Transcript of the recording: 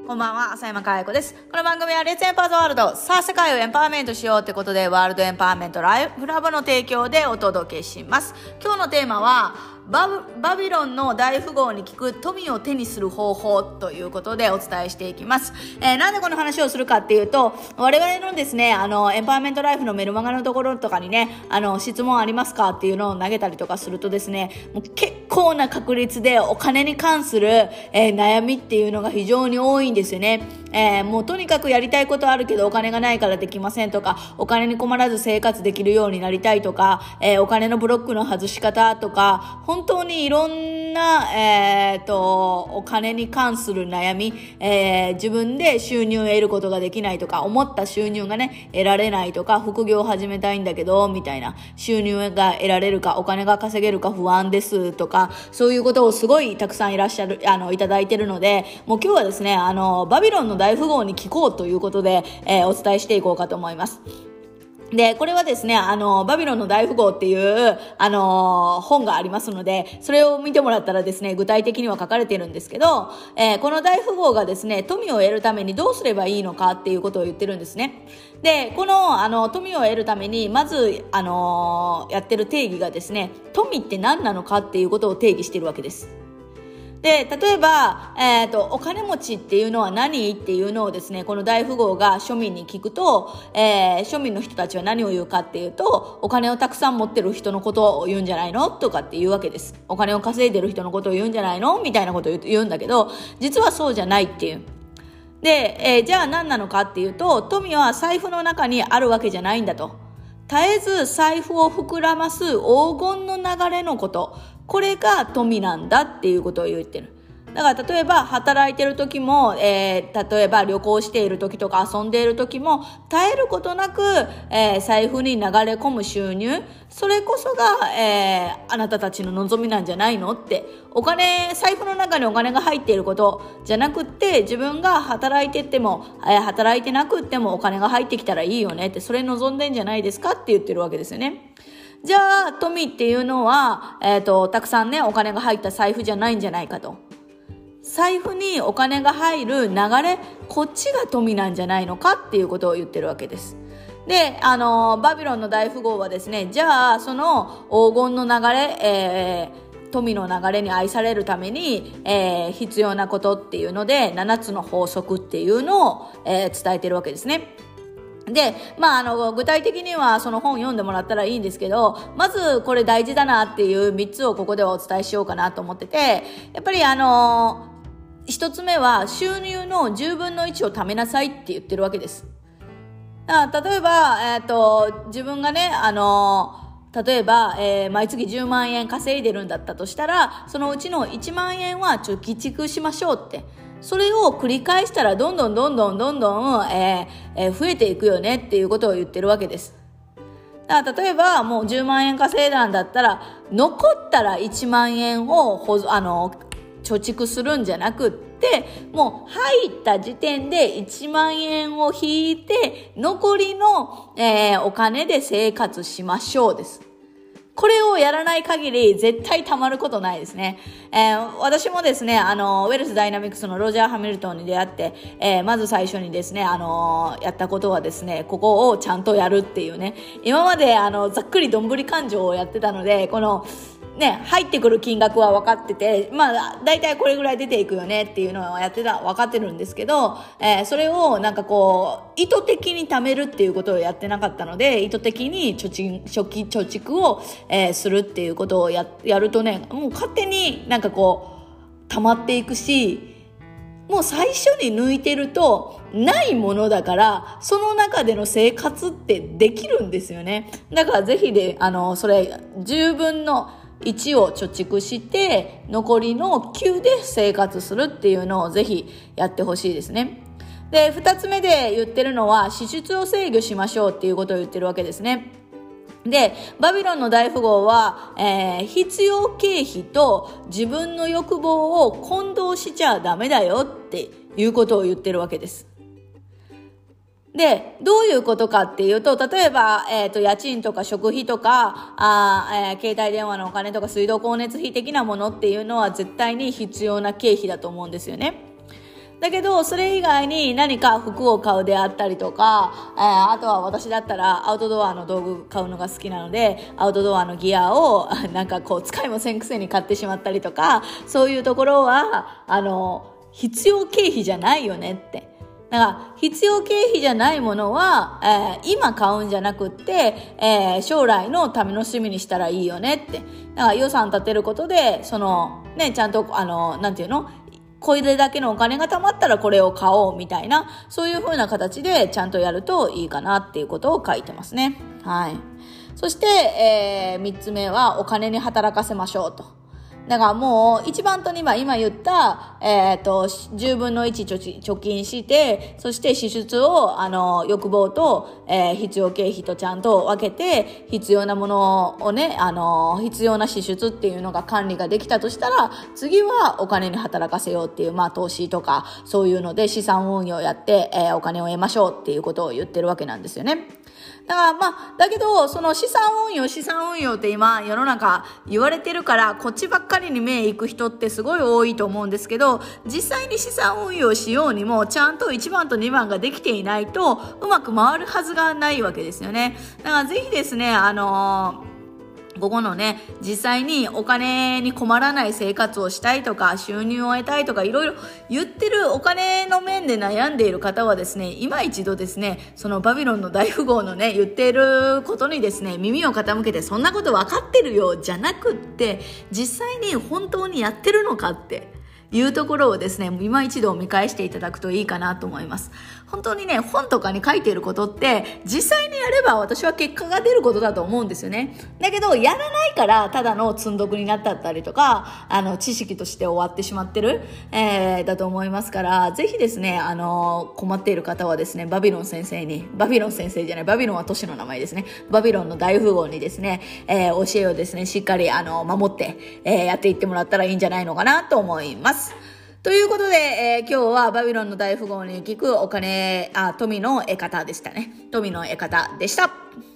こんばんは、浅山かや子です。この番組はレッツエンパワーズワールド、さあ世界をエンパワーメントしようってことで、ワールドエンパワーメントライフラボの提供でお届けします。今日のテーマは、バビロンの大富豪に聞く富を手にする方法ということでお伝えしていきます。なんでこの話をするかっていうと、我々のですね、エンパワーメントライフのメルマガのところとかにね、質問ありますかっていうのを投げたりとかするとですね、もう結構な確率でお金に関する、悩みっていうのが非常に多いんですよね。もうとにかくやりたいことあるけどお金がないからできませんとか、お金に困らず生活できるようになりたいとか、お金のブロックの外し方とか、本当にいろんな、お金に関する悩み、自分で収入を得ることができないとか、思った収入がね得られないとか、副業を始めたいんだけどみたいな、収入が得られるかお金が稼げるか不安ですとか、そういうことをすごいたくさんいらっしゃるいただいてるので、もう今日はですね、バビロンの大富豪に聞こうということで、お伝えしていこうかと思います。で、これはですね、バビロンの大富豪っていう、本がありますので、それを見てもらったらですね、具体的には書かれているんですけど、この大富豪がですね、富を得るためにどうすればいいのかっていうことを言ってるんですね。で、この、富を得るために、まず、やってる定義がですね、富って何なのかっていうことを定義してるわけです。で、例えば、お金持ちっていうのは何っていうのをですね、この大富豪が庶民に聞くと、庶民の人たちは何を言うかっていうと、お金をたくさん持ってる人のことを言うんじゃないのとかって言うわけです。お金を稼いでる人のことを言うんじゃないのみたいなことを言うんだけど、実はそうじゃないっていう。で、じゃあ何なのかっていうと、富は財布の中にあるわけじゃないんだと。絶えず財布を膨らます黄金の流れのこと。これが富なんだっていうことを言ってる。だから例えば働いてる時も、例えば旅行している時とか遊んでいる時も絶えることなく、財布に流れ込む収入、それこそが、あなたたちの望みなんじゃないのって。財布の中にお金が入っていることじゃなくって、自分が働いてっても、働いてなくってもお金が入ってきたらいいよねって、それ望んでんじゃないですかって言ってるわけですよね。じゃあ富っていうのは、たくさんねお金が入った財布じゃないんじゃないかと。財布にお金が入る流れ、こっちが富なんじゃないのかっていうことを言ってるわけです。で、バビロンの大富豪はですね、じゃあその黄金の流れ、富の流れに愛されるために、必要なことっていうので7つの法則っていうのを、伝えてるわけですね。で、具体的にはその本読んでもらったらいいんですけど、まずこれ大事だなっていう3つをここではお伝えしようかなと思ってて、やっぱり1つ目は収入の10分の1を貯めなさいって言ってるわけです。例えば、自分がね、例えば、毎月10万円稼いでるんだったとしたら、そのうちの1万円は貯蓄しましょうって。それを繰り返したらどんどん、増えていくよねっていうことを言ってるわけです。だから例えばもう10万円稼いだんだったら、残ったら1万円を貯蓄するんじゃなくって、もう入った時点で1万円を引いて、残りの、お金で生活しましょうです。これをやらない限り絶対貯まることないですね。私もですね、ウェルスダイナミクスのロジャー・ハミルトンに出会って、まず最初にですね、やったことはですね、ここをちゃんとやるっていうね。今までざっくりどんぶり勘定をやってたので、このね、入ってくる金額は分かってて、だいたいこれぐらい出ていくよねっていうのは分かってるんですけど、それをなんかこう、意図的に貯めるっていうことをやってなかったので、意図的に貯蓄を、するっていうことをやるとね、もう勝手になんかこう、溜まっていくし、もう最初に抜いてるとないものだから、その中での生活ってできるんですよね。だからぜひで、それ10分の1を貯蓄して残りの9で生活するっていうのをぜひやってほしいですね。で、2つ目で言ってるのは支出を制御しましょうっていうことを言ってるわけですね。で、バビロンの大富豪は、必要経費と自分の欲望を混同しちゃダメだよっていうことを言ってるわけです。で、どういうことかっていうと、例えば、家賃とか食費とか、携帯電話のお金とか水道光熱費的なものっていうのは絶対に必要な経費だと思うんですよね。 だけどそれ以外に何か服を買うであったりとか、あとは私だったらアウトドアの道具買うのが好きなので、アウトドアのギアをなんかこう使いもせんくせに買ってしまったりとか、そういうところは必要経費じゃないよねって。だから必要経費じゃないものは、今買うんじゃなくって、将来のための趣味にしたらいいよねって。だから予算立てることでちゃんとなんていうの、これだけのお金が貯まったらこれを買おうみたいな、そういう風な形でちゃんとやるといいかなっていうことを書いてますね。はい。そして、3つ目はお金に働かせましょうと。だからもう1番と2番、今言った、10分の1貯金して、そして支出を欲望と、必要経費とちゃんと分けて、必要なものをね、必要な支出っていうのが管理ができたとしたら、次はお金に働かせようっていう、投資とかそういうので資産運用やって、お金を得ましょうっていうことを言ってるわけなんですよね。だからだけど、その資産運用って今世の中言われてるから、こっちばっかりに目いく人ってすごい多いと思うんですけど、実際に資産運用しようにも、ちゃんと1番と2番ができていないと、うまく回るはずがないわけですよね。だからぜひですね、ここのね、実際にお金に困らない生活をしたいとか、収入を得たいとか、いろいろ言ってるお金の面で悩んでいる方はですね、今一度ですね、そのバビロンの大富豪のね、言っていることにですね、耳を傾けて、そんなこと分かってるよ、じゃなくって、実際に本当にやってるのかっていうところをですね、今一度見返していただくといいかなと思います。本当にね、本とかに書いていることって実際にやれば私は結果が出ることだと思うんですよね。だけどやらないからただの積んどくになったりとか、知識として終わってしまってる、だと思いますから、ぜひですね、困っている方はですね、バビロンは都市の名前ですね。バビロンの大富豪にですね、教えをですね、しっかり守って、やっていってもらったらいいんじゃないのかなと思います。ということで、今日はバビロンの大富豪に聞く富の得方でしたね。富の得方でした。